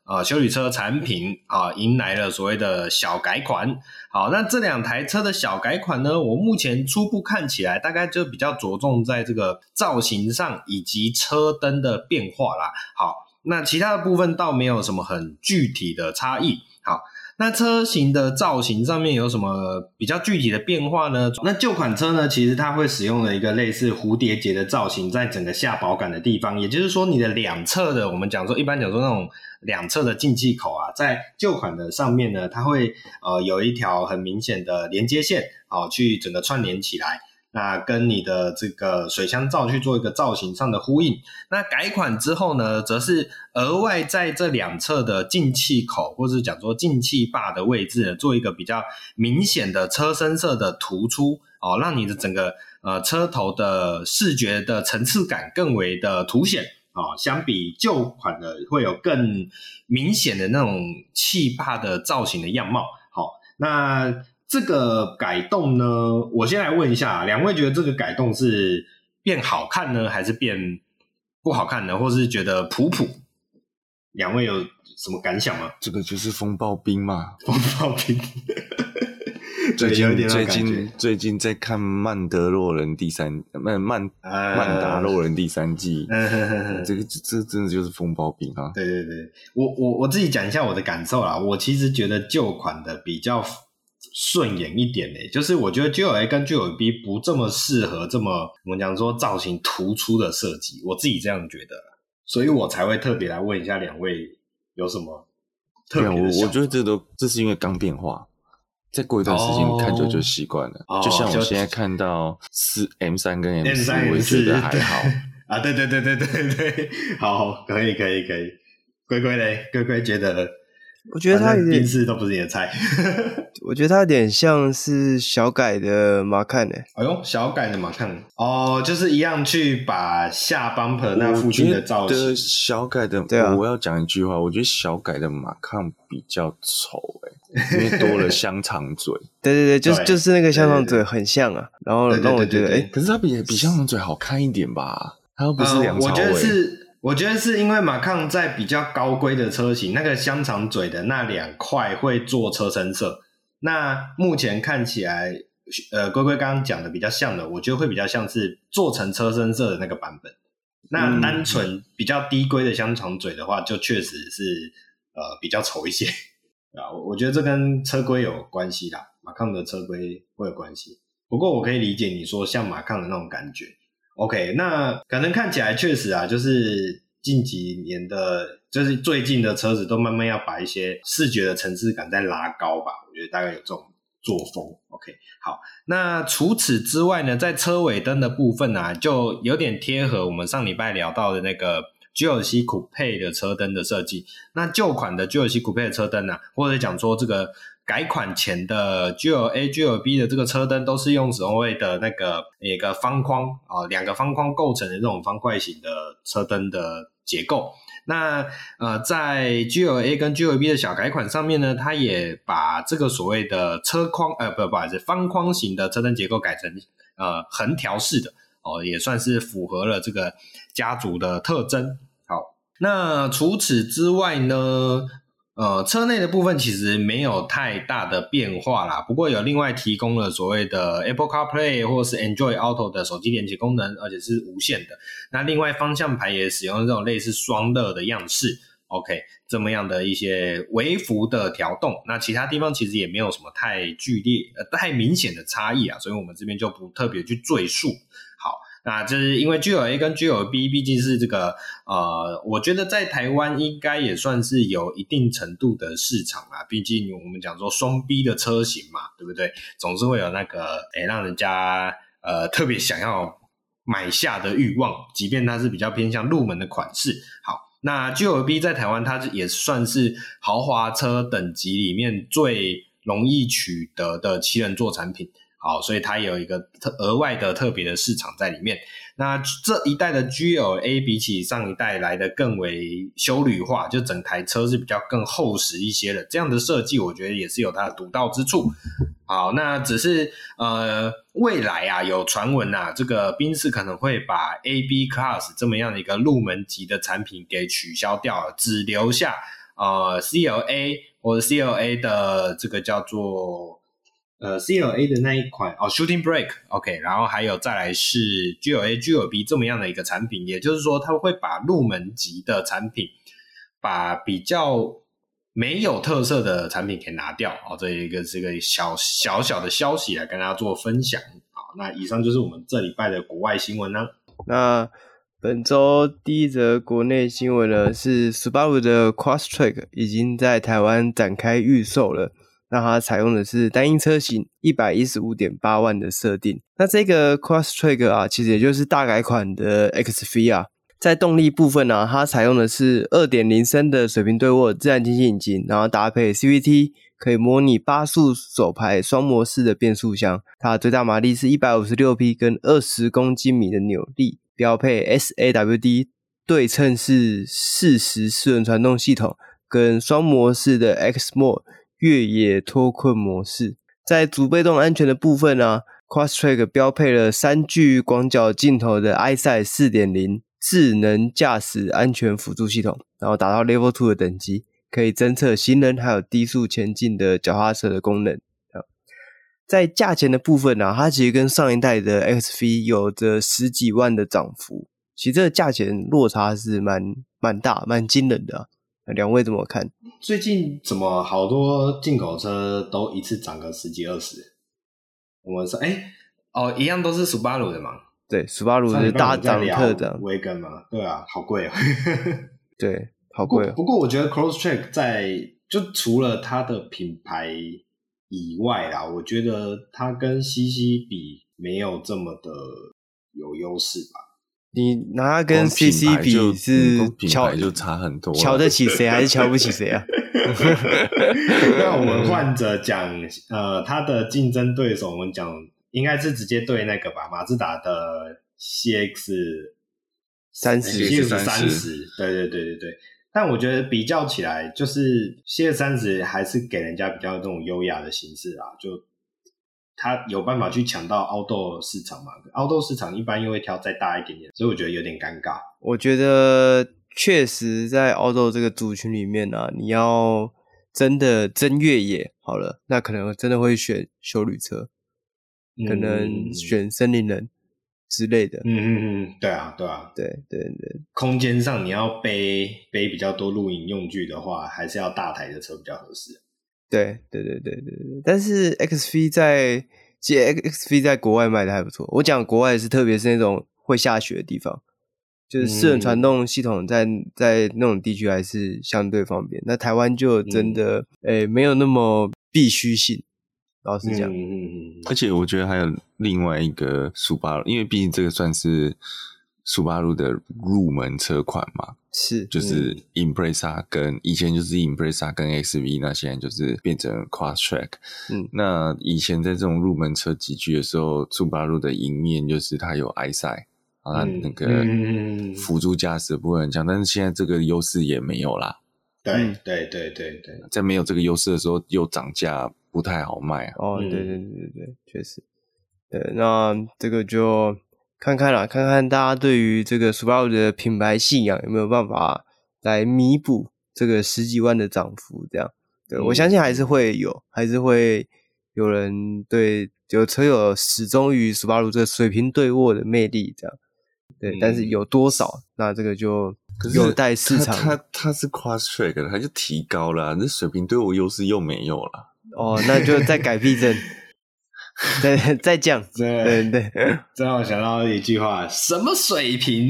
呃休旅车产品啊，迎来了所谓的小改款。好，那这两台车的小改款呢，我目前初步看起来大概就比较着重在这个造型上以及车灯的变化啦。好，那其他的部分倒没有什么很具体的差异。好，那车型的造型上面有什么比较具体的变化呢？那旧款车呢，其实它会使用了一个类似蝴蝶结的造型在整个下保杆的地方，也就是说你的两侧的，我们讲说一般讲说那种两侧的进气口啊，在旧款的上面呢，它会呃有一条很明显的连接线，好、哦、去整个串联起来，那跟你的这个水箱罩去做一个造型上的呼应。那改款之后呢，则是额外在这两侧的进气口或是讲说进气坝的位置呢，做一个比较明显的车身色的突出，哦，让你的整个呃车头的视觉的层次感更为的凸显。哦，相比旧款的会有更明显的那种气坝的造型的样貌。好，那这个改动呢，我先来问一下，两位觉得这个改动是变好看呢，还是变不好看呢，或是觉得普普？两位有什么感想吗？ 这个就是风暴兵嘛， 风暴兵。 最近最近最近在看曼德洛人第三曼曼曼达洛人第三季，呃、这个这真的就是风暴兵啊！ 对对对，我我我自己讲一下我的感受啦。我其实觉得旧款的比较顺眼一点诶，就是我觉得 G L A 跟 G L B 不这么适合这么我们讲说造型突出的设计，我自己这样觉得啦，所以我才会特别来问一下两位有什么特别的想法。 我我觉得这都这是因为刚变化。再过一段时间看久就习惯了、哦、就像我现在看到 M 三 跟 M 四 我也觉得还好啊，对对对对对对，好，可以可以可以。龟龟嘞，龟龟觉得我觉得它有点宾士都不是你的菜我觉得它有点像是小改的马看诶、欸、 哎呦，小改的马看哦，就是一样去把下 bumper 那附近的造型。 我觉得小改的，对啊，我要讲一句话，我觉得小改的马看比较丑诶、欸，因为多了香肠嘴。 对对对，就是就是那个香肠嘴很像啊，然后让我觉得哎、欸， 可是它比比香肠嘴好看一点吧？它又不是梁朝伟、 呃。我觉得是。我觉得是因为马抗在比较高规的车型，那个香肠嘴的那两块会做车身色。那目前看起来，呃，龟龟刚刚讲的比较像的，我觉得会比较像是做成车身色的那个版本。那单纯比较低规的香肠嘴的话，就确实是呃比较丑一些啊。我觉得这跟车规有关系啦，马抗的车规会有关系。不过我可以理解你说像马抗的那种感觉。OK， 那可能看起来确实啊，就是近几年的，就是最近的车子都慢慢要把一些视觉的层次感再拉高吧，我觉得大概有这种作风。OK， 好，那除此之外呢，在车尾灯的部分啊，就有点贴合我们上礼拜聊到的那个 G L C Coupe 的车灯的设计。那旧款的 G L C Coupe 的车灯啊，或者讲说这个改款前的 G L A、G L B 的这个车灯都是用所谓的那个一个方框啊，两个方框构成的这种方块型的车灯的结构。那呃，在 G L A 跟 G L B 的小改款上面呢，它也把这个所谓的车框呃不不好意思方框型的车灯结构改成呃横条式的哦，也算是符合了这个家族的特征。好，那除此之外呢？呃，车内的部分其实没有太大的变化啦，不过有另外提供了所谓的 Apple CarPlay 或是 Android Auto 的手机连接功能，而且是无线的。那另外方向盘也使用这种类似双乐的样式 ，OK， 这么样的一些微幅的调动。那其他地方其实也没有什么太剧烈、呃太明显的差异啊，所以我们这边就不特别去赘述。好。那就是因为 G L A 跟 G L B 毕竟是这个呃，我觉得在台湾应该也算是有一定程度的市场啦，毕竟我们讲说双 B 的车型嘛，对不对？总是会有那个诶让人家呃特别想要买下的欲望，即便它是比较偏向入门的款式。好，那 G L B 在台湾它也算是豪华车等级里面最容易取得的七人座产品。好，所以它有一个特额外的特别的市场在里面。那这一代的 G L A 比起上一代来的更为休旅化，就整台车是比较更厚实一些的。这样的设计我觉得也是有它的独到之处。好，那只是呃未来啊有传闻啊，这个宾士可能会把 A B Class 这么样的一个入门级的产品给取消掉了，只留下呃 C L A 或者 C L A 的这个叫做呃 C L A 的那一款哦 Shooting Brake OK， 然后还有再来是 G L A、G L B 这么样的一个产品，也就是说它会把入门级的产品，把比较没有特色的产品给拿掉哦，这一个是一个小小小的消息来跟大家做分享。好，那以上就是我们这礼拜的国外新闻呢。 那本周第一则国内新闻呢，是 Subaru 的 Crosstrek 已经在台湾展开预售了。那它采用的是单一车型 一百一十五点八万的设定。那这个 Crosstrek 啊，其实也就是大改款的 X V 啊。在动力部分啊，它采用的是 二点零 升的水平对握自然进气引擎，然后搭配 C V T， 可以模拟八速手排双模式的变速箱。它的最大马力是一百五十六匹跟二十公斤米的扭力，标配 S A W D 对称式适时四轮传动系统跟双模式的 X Mode 越野脱困模式。在主被动安全的部分啊， Crosstrek 标配了三具广角镜头的 EyeSight 四点零 智能驾驶安全辅助系统，然后达到 Level 二的等级，可以侦测行人还有低速前进的脚踏车的功能。在价钱的部分啊，它其实跟上一代的 X V 有着十几万的涨幅，其实这个价钱落差是蛮蛮大蛮惊人的啊。两位怎么看？ 最近怎么好多进口车都一次涨个十几二十？我们说，哎，哦，一样都是 Subaru 的嘛？ 对 ，Subaru 是大涨特涨。 Wagon 嘛，对啊，好贵哦。 对，好贵哦。 不过我觉得 Crosstrek 在就除了它的品牌以外啦，我觉得它跟 C C 比没有这么的有优势吧。 你拿它跟 C C 比是瞧就差很多， 瞧得起谁还是瞧不起谁啊？ 那我们换着讲，呃，它的竞争对手，我们讲应该是直接对那个吧，马自达的 C X 三十 C X 三十，对对对对对。但我觉得比较起来，就是 C X 三十还是给人家比较这种优雅的形式啊，就它有办法去抢到凹豆市场嘛，凹豆市场一般又会挑再大一点点，所以我觉得有点尴尬。 我觉得确实在凹豆这个族群里面啊，你要真的真越野好了，那可能真的会选休旅车，可能选森林人之类的。 嗯嗯嗯，对啊对啊， 对对对。空间上你要背背比较多露营用具的话，还是要大台的车比较合适。对对对对对对，但是 X V 在其实 X V 在国外卖的还不错。我讲国外是特别是那种会下雪的地方，就是四轮传动系统在在那种地区还是相对方便。那台湾就真的诶、嗯、没有那么必须性，老实讲。 嗯嗯嗯。 而且我觉得还有另外一个Subaru，因为毕竟这个算是Subaru的入门车款嘛。 是， 就是 Impreza 跟、嗯、以前就是 Impreza 跟 X V， 那现在就是变成 Crosstrek。嗯，那以前在这种入门车集聚的时候 ，Subaru 的赢面就是它有 EyeSight， 啊，它那个辅助驾驶的部分很强，但是现在这个优势也没有啦。 对对对对对， 在没有这个优势的时候，又涨价不太好卖啊。 哦，对对对对对，确实。对，那这个就。看看啦，看看大家对于这个 Subaru 的品牌信仰有没有办法来弥补这个十几万的涨幅，这样。对、嗯、我相信还是会有，还是会有人对有车友始终于 Subaru 这个水平对握的魅力，这样。对，嗯、但是有多少，那这个就有待市场。 它它它是 Crosstrek 的，它就提高了、啊，那水平对握优势又没有了。 哦，那就再改避震。再再降，对对， 这让我想到一句话：什么水平？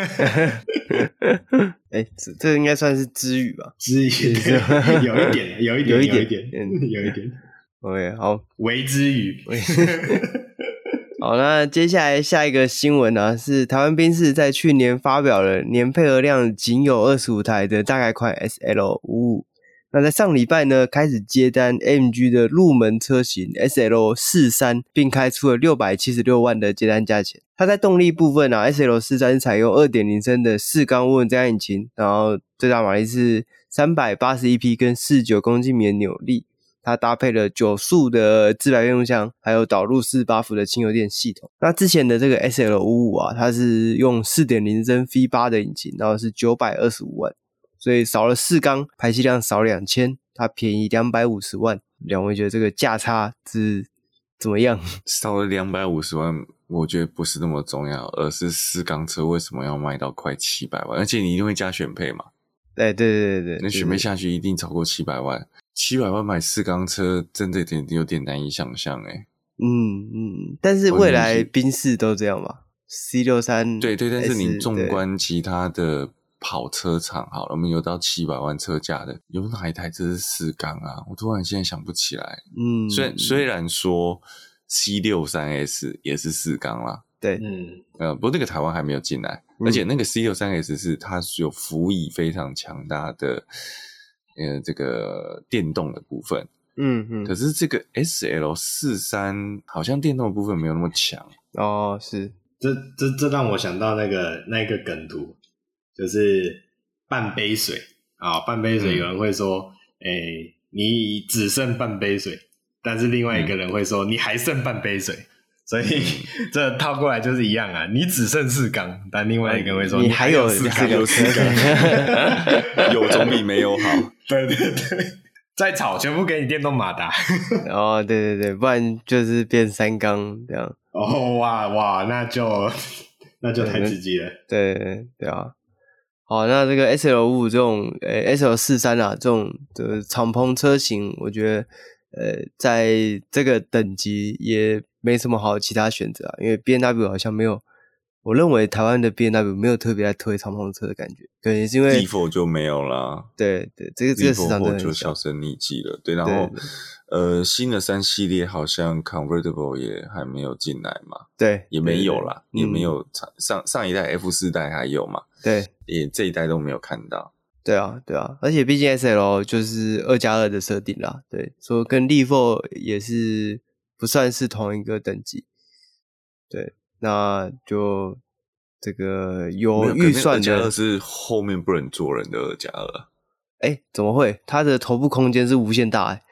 哎、欸，这这应该算是支语吧？ 支语，有一点，有一点，有一点，有一点，有一点。 OK， 好， 微支语。 好，那接下来下一个新闻呢、啊，是台湾宾士在去年发表了年配额量仅有二十五台的大改款 S L 五十五。那在上礼拜呢，开始接单 A M G 的入门车型 S L 四十三，并开出了六百七十六万的接单价钱。它在动力部分啊 ，S L 四十三 是采用 二点零 升的四缸涡轮增压引擎，然后最大马力是三百八十一匹跟四十九公斤米的扭力。它搭配了九速的自排变速箱，还有导入四十八伏的轻油电系统。那之前的这个 S L 五十五 啊，它是用 四点零 升 V 八 的引擎，然后是九百二十五万。 所以少了四缸，排气量少两千，它便宜两百五十万。两位觉得这个价差是怎么样？ 少了两百五十万，我觉得不是那么重要，而是四缸车为什么要卖到快七百万？而且你一定会加选配嘛？ 对对对对对， 那选配下去一定超过七百万。七百万买四缸车，真的有点有点难以想象哎。 嗯嗯，但是未来宾士都这样吧 ？C 六十三对对，但是你纵观其他的跑车厂，好了，我们有到七百万车价的，有哪一台车是四缸啊？我突然现在想不起来。嗯，虽虽然说 C 六十三 S 也是四缸啦， 对， 嗯， 呃，不过那个台湾还没有进来，嗯、而且那个 C 六十三 S 是它有辅以非常强大的。呃，这个电动的部分， 嗯嗯， 可是这个 S L 四十三 好像电动的部分没有那么强哦，是， 这这这让我想到那个那个梗图，就是半杯水啊，半杯水，有人会说，哎、嗯欸，你只剩半杯水，但是另外一个人会说，嗯、你还剩半杯水。所以这套过来就是一样啊，你只剩四缸，但另外一个人会说你还有四缸， 有四缸，有总比没有好。 对对对，再炒全部给你电动马达。 哦，对对对，不然就是变三缸这样。 哦哇哇，那就那就太刺激了。 对对对啊。好，那这个 S L 五十五 这种，呃 ，S L 四十三 啊，这种的敞篷车型，我觉得，呃，在这个等级也没什么好其他选择啊，因为 B M W 好像没有，我认为台湾的 B M W 没有特别在推敞篷车的感觉，可能也是因为 Z四 就没有啦。 对对，这个这个市场真的就销声匿迹了。对，然后呃，新的三系列好像 Convertible 也还没有进来嘛， 对， 也没有啦， 对对对也没有、嗯、上上一代 F 四 代还有嘛， 对， 也这一代都没有看到。 对啊，对啊，而且毕竟 S L 就是二加二的设定啦，对，说跟 Z 四 也是不算是同一个等级，对，那就这个有预算的， 二加二是后面不能坐人的二加二， 哎，怎么会？它的头部空间是无限大哎，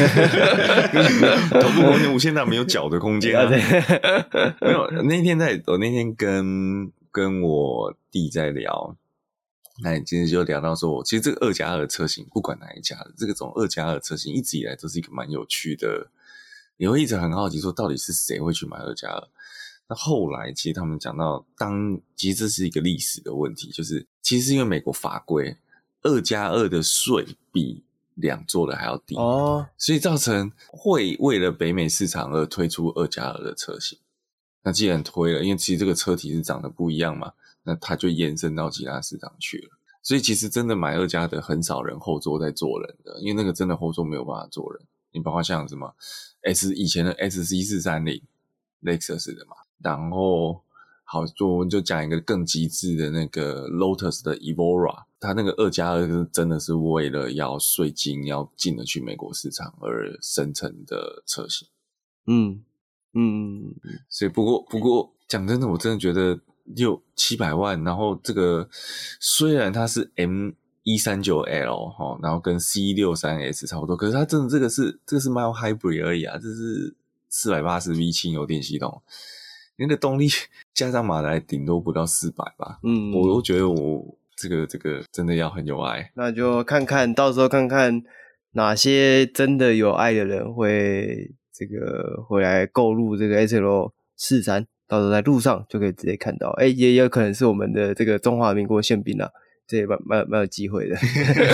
头部空间无限大，没有脚的空间啊。没有，那天在我那天跟跟我弟在聊。那你今天就聊到说，其实这个二加二车型，不管哪一家的，这个种二加二车型一直以来都是一个蛮有趣的，你会一直很好奇说，到底是谁会去买二加二？那后来其实他们讲到，当其实这是一个历史的问题，就是其实是因为美国法规二加二的税比两座的还要低哦，所以造成会为了北美市场而推出二加二的车型。那既然推了，因为其实这个车体是长得不一样嘛。那它就延伸到其他市场去了，所以其实真的买二加的很少人后座在坐人的，因为那个真的后座没有办法坐人。你包括像什么 S 以前的 S C 四三零 Lexus 的嘛，然后好，就我们就讲一个更极致的那个 Lotus 的 Evora， 它那个二加二真的是为了要税金要进得去美国市场而生成的车型。 嗯嗯， 所以不过不过讲真的，我真的觉得。六七百万，然后这个虽然它是 M 一三九 L 然后跟 C 六十三 S 差不多，可是它真的这个是这个是 mild hybrid 而已啊，这是四百八十 V 轻油电系统，那个动力加上马达顶多不到四百吧。嗯，我都觉得我这个这个真的要很有爱。 那就看看到时候看看哪些真的有爱的人会这个回来购入这个 S L 四十三。到时候在路上就可以直接看到，哎，也有可能是我们的这个中华民国宪兵啦，这也蛮蛮蛮有机会的。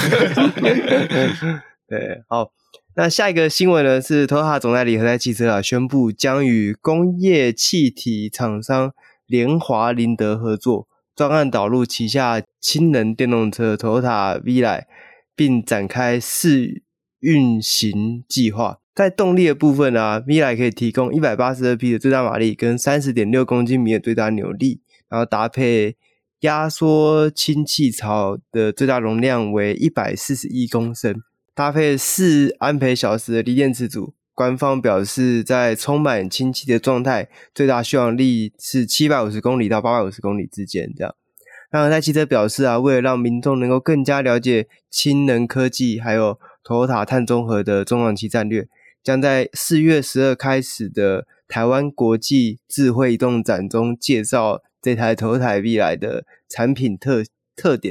对，好，那下一个新闻呢是 Toyota 总代理和泰汽车啊宣布将与工业气体厂商联华林德合作，专案导入旗下氢能电动车 Toyota Mirai， 并展开试运行计划。在动力的部分啊 Mirai 可以提供一百八十二匹的最大马力跟 三十点六公斤米的最大扭力，然后搭配压缩氢气槽的最大容量为一百四十一公升，搭配四安培小时的锂电池组。官方表示在充满氢气的状态，最大续航力是七百五十公里到八百五十公里之间这样。那和泰汽车表示啊，为了让民众能够更加了解氢能科技还有 Toyota 碳中和的中长期战略，将在四月十二开始的台湾国际智慧移动展中介绍这台Toyota Mirai的产品特特点。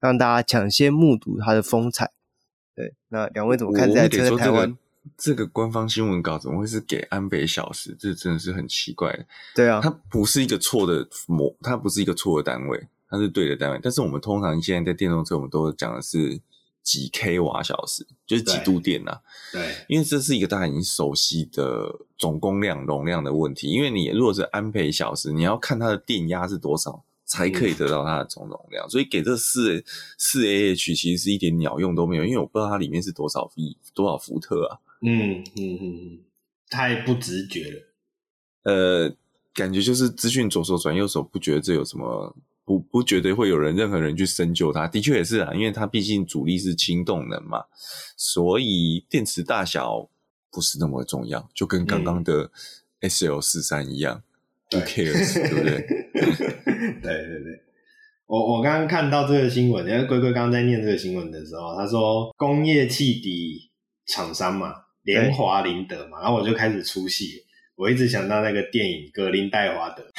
让大家抢先目睹它的风采。对，那两位怎么看这台车在台湾？ 这个官方新闻稿怎么会是给安北小时？这真的是很奇怪的。 对啊， 它不是一个错的模，它不是一个错的单位，它是对的单位。但是我们通常现在在电动车，我们都讲的是几 k 瓦小时，就是几度电啊。 对， 因为这是一个大家已经熟悉的总功量、容量的问题。因为你如果是安培小时，你要看它的电压是多少，才可以得到它的总容量。嗯、所以给这四四 A H 其实是一点鸟用都没有，因为我不知道它里面是多少 V 多少伏特啊。 嗯嗯嗯嗯，太不直觉了。 呃，感觉就是资讯左手转右手，不觉得这有什么，不不觉得会有人任何人去深究它。的确也是啊，因为它毕竟主力是氢动能嘛，所以电池大小不是那么重要，就跟刚刚的 S L 四十三 一样、嗯、，Who cares， 对不对？ 对对对。我我刚刚看到这个新闻，因为龟龟刚刚在念这个新闻的时候，他说工业汽笛厂商嘛，联华林德嘛，然后我就开始出戏了。我一直想到那个电影《格林戴华德》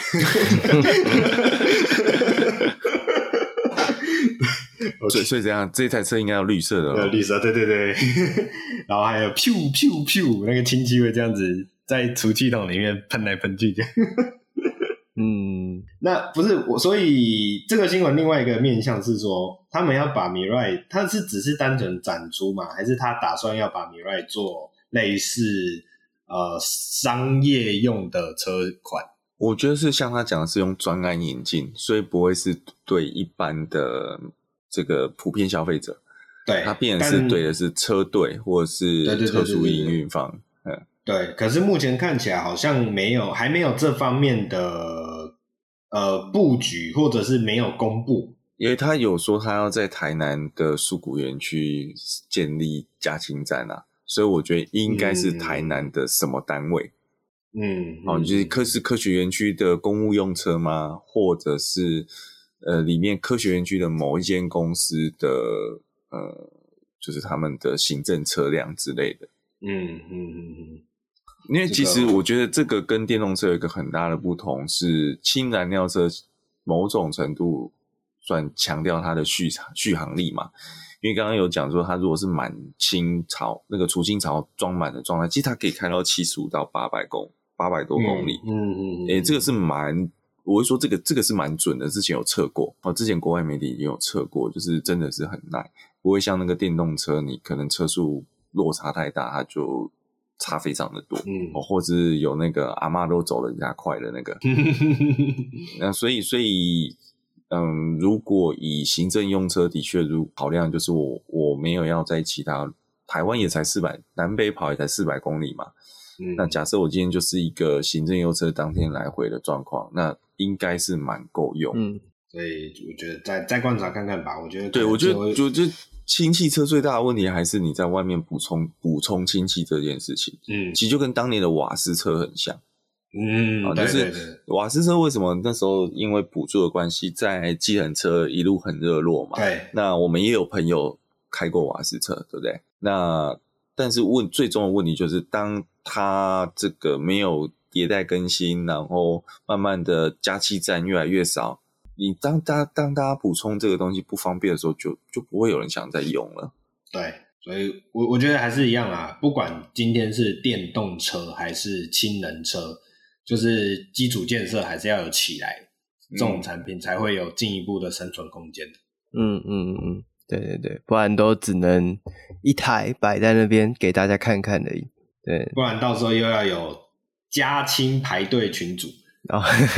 所以所以这样，这台车应该要绿色的了，绿色，对对对。然后还有噗噗噗，那个氢气会这样子在储气筒里面喷来喷去这样。嗯，那不是我，所以这个新闻另外一个面向是说，他们要把 Mirai， 他是只是单纯展出吗？还是他打算要把 Mirai 做类似呃商业用的车款？ 我觉得是像他讲的是用专案引进，所以不会是对一般的这个普遍消费者， 对， 他变成是对的是车队或者是特殊营运方。 对，可是目前看起来好像没有，还没有这方面的呃布局，或者是没有公布。 因为他有说他要在台南的树谷园区建立加氢站啊，所以我觉得应该是台南的什么单位？嗯，哦，就是科是科学园区的公务用车吗？或者是呃里面科学园区的某一间公司的呃，就是他们的行政车辆之类的。嗯嗯嗯嗯。因为其实我觉得这个跟电动车有一个很大的不同，是氢燃料车某种程度算强调它的续续航力嘛。因为刚刚有讲说，它如果是满氢槽那个储氢槽装满的状态，其实它可以开到七十五到八百公八百多公里。嗯嗯嗯，诶、欸，这个是蛮，我会说这个这个是蛮准的，之前有测过哦，之前国外媒体已经有测过，就是真的是很耐，不会像那个电动车，你可能车速落差太大，它就差非常的多，嗯，哦，或者是有那个阿嬷都走人家快的那个，那所以所以，嗯，如果以行政用车，的确如考量就是我我没有要在其他台湾也才四百，南北跑也才四百公里嘛，嗯，那假设我今天就是一个行政用车当天来回的状况，那应该是蛮够用， 嗯，所以我觉得再再观察看看吧，我觉得对，我觉得就就。氢气车最大的问题还是你在外面补充补充氢气这件事情，嗯，其实就跟当年的瓦斯车很像，嗯，啊，就是瓦斯车为什么那时候因为补助的关系，在计程车一路很热络嘛，对，那我们也有朋友开过瓦斯车，对不对？那但是问最终的问题就是，当它这个没有迭代更新，然后慢慢的加气站越来越少。你当大当大家补充这个东西不方便的时候，就就不会有人想再用了。 对，所以我我觉得还是一样啊，不管今天是电动车还是氢能车，就是基础建设还是要有起来，这种产品才会有进一步的生存空间的。 嗯嗯嗯，对对对，不然都只能一台摆在那边给大家看看而已。对， 不然到时候又要有加氢排队群组。哦，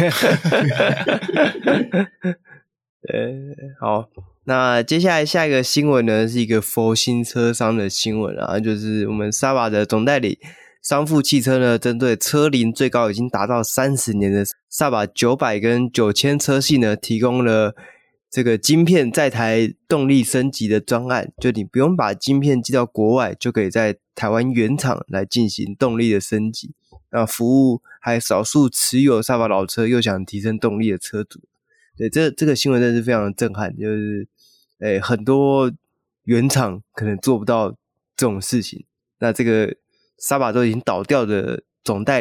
呃，好，那接下来下一个新闻呢，是一个佛心车商的新闻啊，就是我们 Saba 的总代理商富汽车呢，针对车龄最高已经达到三十年的 Saba 九百跟九千车系呢，提供了这个晶片在台动力升级的专案，就你不用把晶片寄到国外，就可以在台湾原厂来进行动力的升级。那服务还少数持有 Saba 老车又想提升动力的车主，对，这这个新闻真的是非常震撼，就是诶很多原厂可能做不到这种事情，那这个 Saba 都已经倒掉的总代理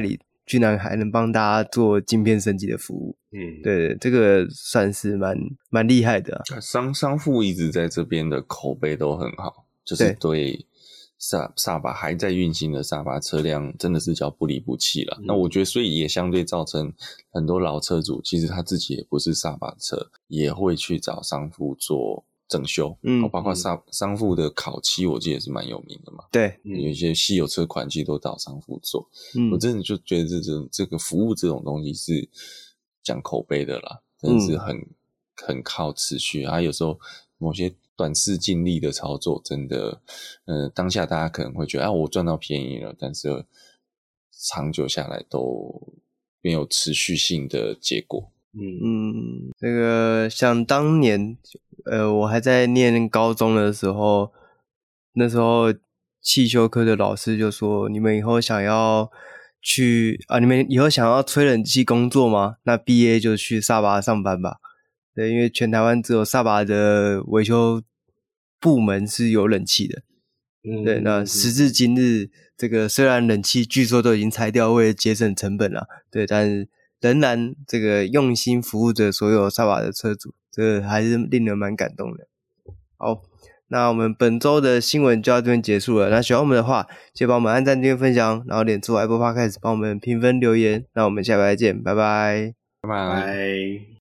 居然还能帮大家做晶片升级的服务。 嗯， 对，这个算是蛮蛮厉害的啊。 商商父一直在这边的口碑都很好，就是对萨萨巴还在运行的萨巴车辆真的是叫不离不弃啦、嗯、那我觉得所以也相对造成很多老车主其实他自己也不是萨巴车，也会去找商父做整修，嗯，包括商商父的烤漆我记得是蛮有名的嘛， 对， 有一些稀有车款其实都找商父做，嗯，我真的就觉得这种这个服务这种东西是讲口碑的啦，真的是很、嗯、很靠持续啊，有时候某些短视近利的操作真的呃，当下大家可能会觉得啊我赚到便宜了，但是长久下来都没有持续性的结果。 嗯嗯，这个像当年呃我还在念高中的时候，那时候汽修科的老师就说，你们以后想要去啊你们以后想要吹冷气工作吗？那毕业就去萨巴上班吧。对，因为全台湾只有萨巴的维修部门是有冷气的。嗯，对，那时至今日，这个虽然冷气据说都已经拆掉，为了节省成本了，对，但是仍然这个用心服务着所有萨巴的车主，这个还是令人蛮感动的。好，那我们本周的新闻就到这边结束了。那喜欢我们的话，记得帮我们按赞、订阅、分享，然后脸书、Apple Podcast 帮我们评分留言。那我们下回再见，拜拜， 拜拜。